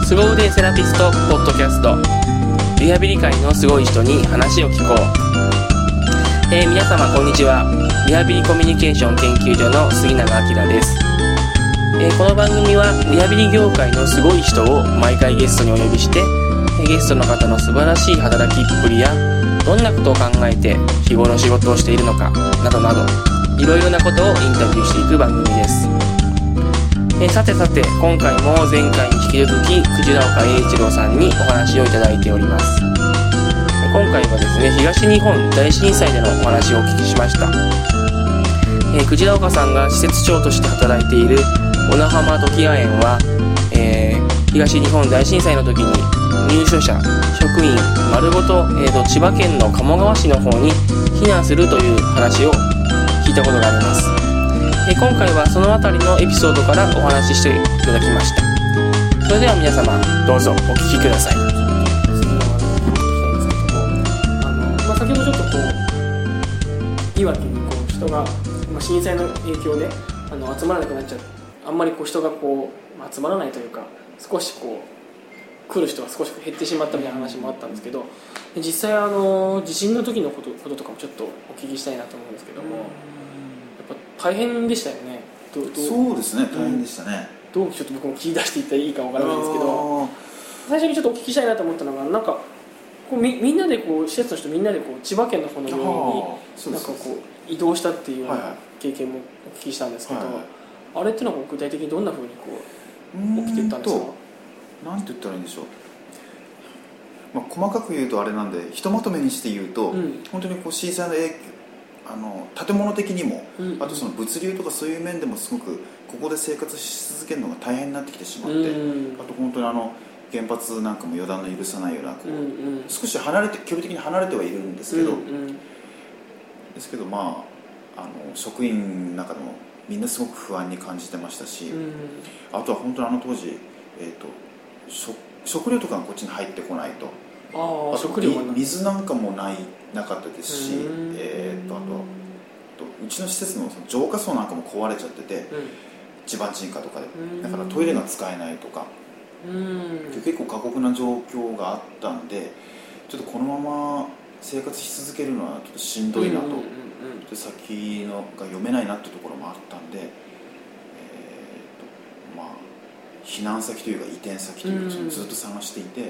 凄腕セラピストポッドキャスト、リハビリ界のすごい人に話を聞こう。皆様こんにちは。リハビリコミュニケーション研究所の杉永明です。この番組はリハビリ業界のすごい人を毎回ゲストにお呼びして、ゲストの方の素晴らしい働きっぷりやどんなことを考えて日頃仕事をしているのかなどなど、いろいろなことをインタビューしていく番組です。さて今回も前回に引き続き藤田岡栄一郎さんにお話をいただいております。今回はですね、東日本大震災でのお話をお聞きしました。藤田岡さんが施設長として働いている小名浜時矢園は、東日本大震災の時に入所者職員丸ごと、千葉県の鴨川市の方に避難するという話を聞いたことがあります。今回はそのあたりのエピソードからお話ししていただきました。それでは皆様どうぞお聞きください。先ほどちょっといわきに人が、震災の影響で集まらなくなっちゃう、あんまり人が集まらないというか、少し来る人が少し減ってしまったみたいな話もあったんですけど、実際地震の時のこととかもちょっとお聞きしたいなと思うんですけども、やっぱ大変でしたよね。 そうですね、大変でしたね。 ちょっと僕も聞き出していったらいいかわからないんですけど、最初にちょっとお聞きしたいなと思ったのが、なんかみんなで施設の人みんなで千葉県の方の病院になんか移動したっていうような経験もお聞きしたんですけど、あれっていうのは具体的にどんな風に起きていったんですか？ なんて言ったらいいんでしょう、細かく言うとあれなんで、ひとまとめにして言うと、本当に震災の影響、建物的にも、あとその物流とかそういう面でもすごくここで生活し続けるのが大変になってきてしまって、あと本当に原発なんかも予断の許さないような少し距離的に離れてはいるんですけど、職員の中でもみんなすごく不安に感じてましたし、あとは本当に当時、食料とかがこっちに入ってこないと、あと水なんかもなかったですし、あとうちの施設の浄化槽なんかも壊れちゃってて、地盤沈下とかで、だからトイレが使えないとか、結構過酷な状況があったんで、ちょっとこのまま生活し続けるのはちょっとしんどいなと、先のが読めないなっていうところもあったんで、避難先というか移転先というかずっと探していて、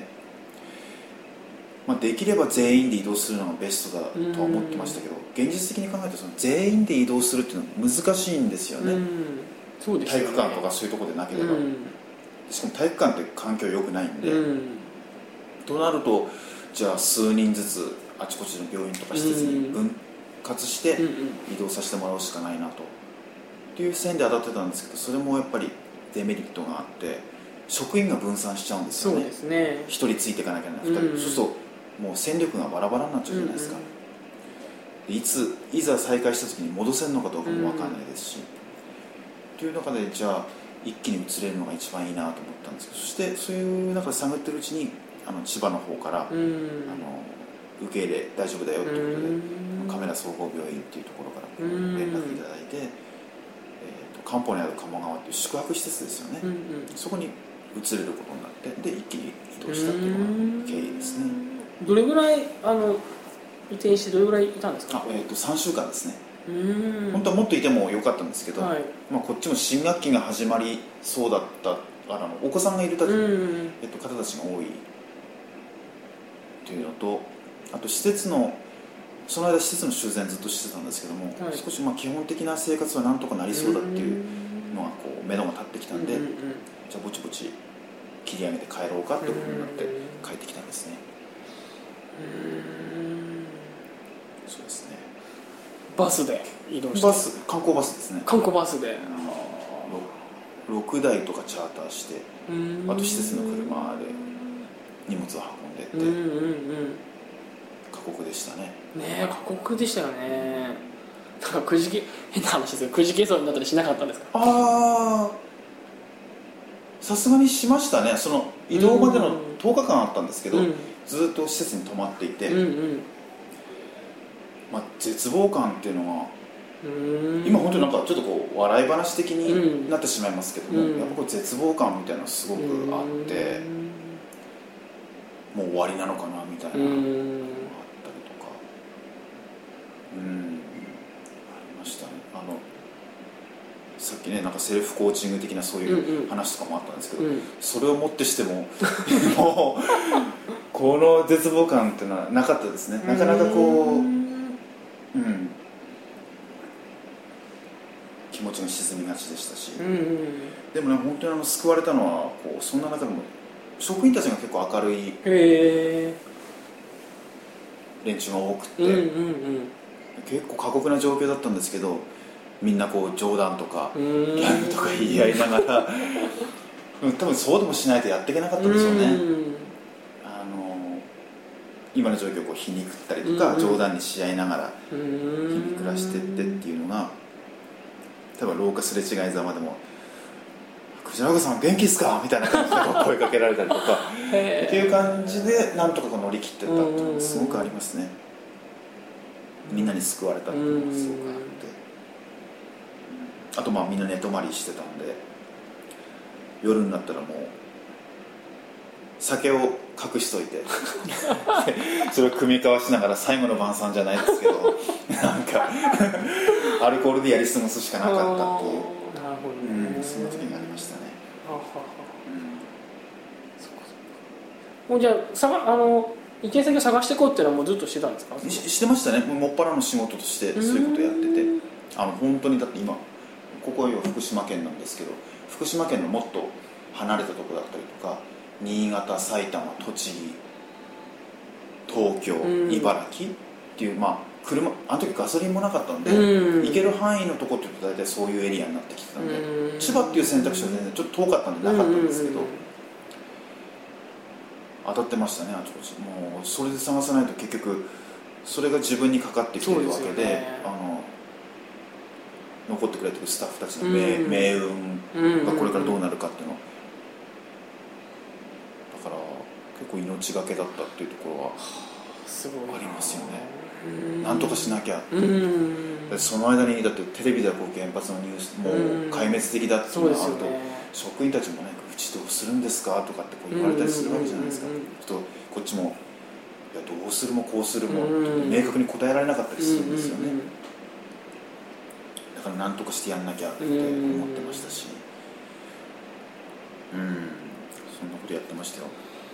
できれば全員で移動するのがベストだとは思ってましたけど、現実的に考えると全員で移動するっていうのは難しいんですよね。そうですよね。体育館とかそういうところでなければ、しかも体育館って環境良くないんで、となるとじゃあ数人ずつあちこちの病院とか施設に分割して移動させてもらうしかないなという線で当たってたんですけど、それもやっぱりデメリットがあって、職員が分散しちゃうんですよね。そうですね。1人ついていかなきゃいけない、2人、そうするともう戦力がバラバラになっちゃうじゃないですか。いざ再開した時に戻せるのかどうかも分かんないですし、という中でじゃあ一気に移れるのが一番いいなと思ったんですけど、そしてそういう中で探ってるうちに千葉の方から、受け入れ大丈夫だよということで、カメラ総合病院っていうところから連絡いただいて、漢方にある鴨川っていう宿泊施設ですよね、そこに移れることになって、で一気に移動したっていうのが経緯ですね。 どれぐらい移転してどれぐらいいたんですか ？3週間ですね。本当はもっといてもよかったんですけど、こっちも新学期が始まりそうだったお子さんがいる方たちが多いというのと、あとその間施設の修繕ずっとしてたんですけども、少し基本的な生活はなんとかなりそうだっていうのが目処が立ってきたんで、じゃあぼちぼち切り上げて帰ろうかってことになって帰ってきたんですね。そうですね。 バスで移動して、 観光バスですね。 観光バスで 6台とかチャーターして、あと施設の車で荷物を運んでって、過酷でしたね。 過酷でしたよね。なんか変な話ですけど、くじけそうになったりしなかったんですか？ さすがにしましたね。その移動までの10日間あったんですけど、ずっと施設に泊まっていて、絶望感っていうのが今本当になんかちょっとこう笑い話的になってしまいますけども、やっぱこう絶望感みたいなのがすごくあって、もう終わりなのかなみたいなのがあったりとか、ありましたね。さっきねなんかセルフコーチング的なそういう話とかもあったんですけど、それをもってしてももうこの絶望感っていうのはなかったですね。なかなかこう、気持ちが沈みがちでしたし、でもね本当に救われたのはこうそんな中でも職員たちが結構明るい連中が多くて、結構過酷な状況だったんですけど、みんなこう冗談とかギャグとか言い合いながら多分そうでもしないとやっていけなかったんでしょうね。今の状況をこう皮肉ったりとか冗談にし合いながら日々暮らしてってっていうのが、例えば廊下すれ違いざまでも「クジラ岡さん元気っすか?」みたいな感じで声かけられたりとかっていう感じでなんとかこう乗り切ってったっていうのがすごくありますね。みんなに救われたっていうのがすごくあって、あとまあみんな寝泊まりしてたんで、夜になったらもう酒を隠しといてそれを酌み交わしながら最後の晩餐じゃないですけどなんかアルコールでやり過ごすしかなかったっていう、その時がありましたね。 もうじゃあ移転先を探していこうっていうのはもうずっとしてたんですか？ してましたね。もっぱらの仕事としてそういうことやってて、本当にだって今ここは福島県なんですけど、福島県のもっと離れたところだったりとか、新潟、埼玉、栃木、東京、茨城っていう、まあ車あの時ガソリンもなかったんで、行ける範囲のところって大体そういうエリアになってきてたんで、千葉っていう選択肢は全然ちょっと遠かったんでなかったんですけど、当たってましたね、あちこち。もうそれで探さないと結局それが自分にかかってきてるわけで、残ってくれてるスタッフたちの命運がこれからどうなるかっていうの、だから結構命がけだったっていうところはありますよね。なんとかしなきゃって、その間にだってテレビではこう原発のニュースもう壊滅的だっていうのがあると、職員たちもね、うちどうするんですかとかってこう言われたりするわけじゃないですか。とこっちもいやどうするもこうするも明確に答えられなかったりするんですよね。だからなんとかしてやんなきゃって思ってましたし、そんなことやってましたよ。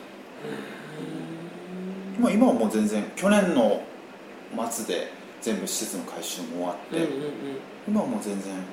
今はもう全然去年の末で全部施設の改修も終わって、今はもう全然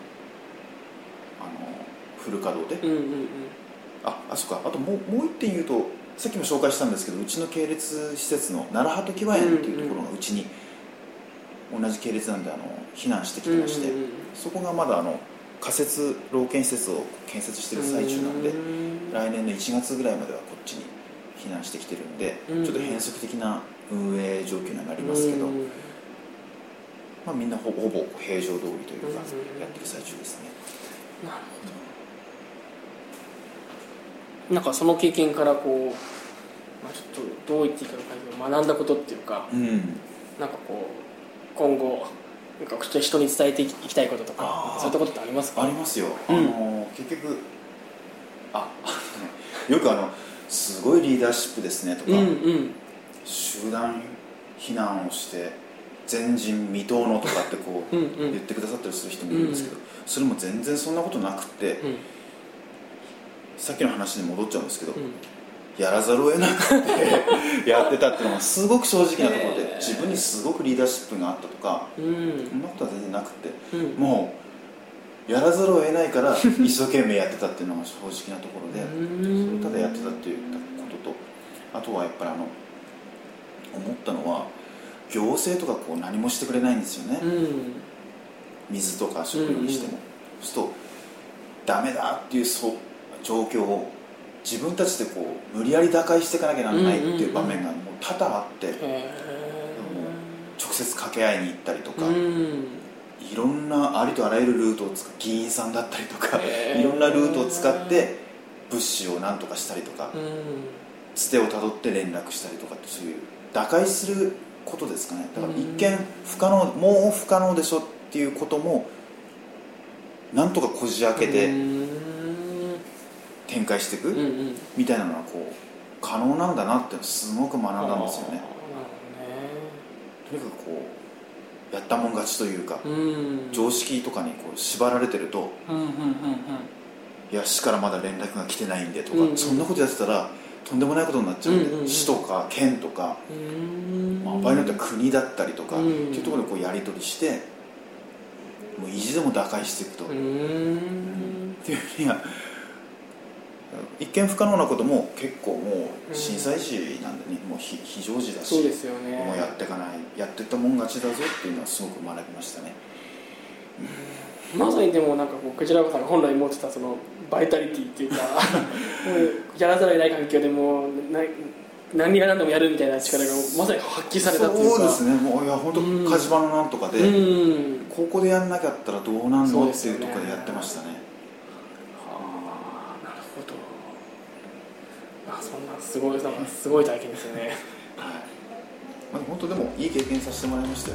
フル稼働で、そうか、あともう一点言うと、さっきも紹介したんですけど、うちの系列施設の奈良鳩木和園っていうところがうちに同じ系列なんで避難してきてまして、そこがまだ仮設老健施設を建設している最中なんで、来年の1月ぐらいまではこっちに避難してきてるんで、ちょっと変則的な運営状況にはなりますけど、みんなほぼ平常通りというかやってる最中ですね。 なるほど。なんかその経験からこう、ちょっとどう言っていいか分からないけど、学んだことっていうか、なんかこう今後なんか人に伝えていきたいこととか、そういったことってありますか？ ありますよ。結局よくすごいリーダーシップですねとか、集団避難をして前人未到のとかってこう言ってくださったりする人もいるんですけど、それも全然そんなことなくって、さっきの話に戻っちゃうんですけど、やらざるを得なくてやってたっていうのがすごく正直なところで、自分にすごくリーダーシップがあったとか、そんなことは全然なくて、もうやらざるを得ないから一生懸命やってたっていうのが正直なところで、それをただやってたっていうことと、あとはやっぱり思ったのは、行政とかこう何もしてくれないんですよね。水とか食料にしても、そうするとダメだっていう状況を自分たちでこう無理やり打開していかなきゃならないっていう場面がもう多々あって、直接掛け合いに行ったりとか、いろんなありとあらゆるルートを使って、議員さんだったりとか、いろんなルートを使って物資を何とかしたりとか、つてをたどって連絡したりとかって、そういう打開することですかね。だから一見もう不可能でしょっっていうこともなんとかこじ開けて展開していくみたいなのはこう可能なんだなってすごく学んだんですよね。とにかくこうやったもん勝ちというか、常識とかにこう縛られてると、いや市からまだ連絡が来てないんでとか、そんなことやってたらとんでもないことになっちゃうんで、市とか県とか、場合によっては国だったりとかっていうところでこうやり取りしてもう意地でも打開していくとっていうふうには、一見不可能なことも結構もう震災時なんでね、もう非常時だし、 そうですよね、 もうやっていかない、やってったもん勝ちだぞっていうのはすごく学びましたね。 まさにでもなんかこうクジラ岡さんが本来持ってたそのバイタリティっていうかやらざるを得ない環境でもう何が何でもやるみたいな力がまさに発揮されたっていうか。 そうですね、もういや本当火事場のなんとかで、ここでやんなきゃったらどうなんのっていうところでやってましたね。 なるほど。そんなすごい体験ですよね。はい。 本当でもいい経験させてもらいましたよ。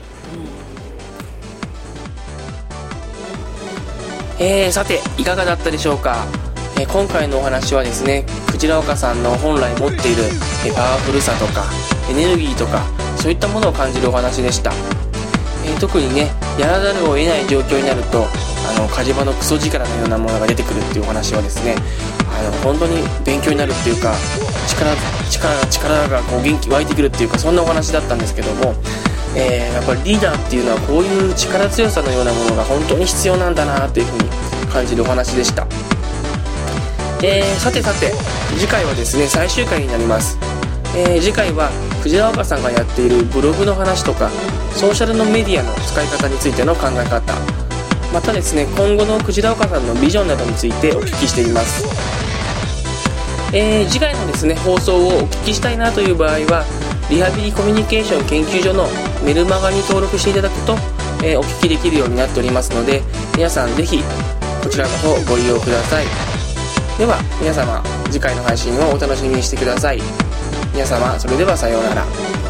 さていかがだったでしょうか。今回のお話はですね、クジラ岡さんの本来持っているパワフルさとかエネルギーとかそういったものを感じるお話でした。特にね、やらざるを得ない状況になると火事場のクソ力のようなものが出てくるっていうお話はですね、本当に勉強になるっていうか、力がこう元気湧いてくるっていうか、そんなお話だったんですけども、やっぱりリーダーっていうのはこういう力強さのようなものが本当に必要なんだなというふうに感じるお話でした。さて次回はですね、最終回になります。次回はクジラ岡さんがやっているブログの話とかソーシャルのメディアの使い方についての考え方、またですね、今後のクジラ岡さんのビジョンなどについてお聞きしています。次回のですね、放送をお聞きしたいなという場合はリハビリコミュニケーション研究所のメルマガに登録していただくと、お聞きできるようになっておりますので、皆さんぜひこちらの方ご利用ください。では皆様、次回の配信をお楽しみにしてください。皆様、それではさようなら。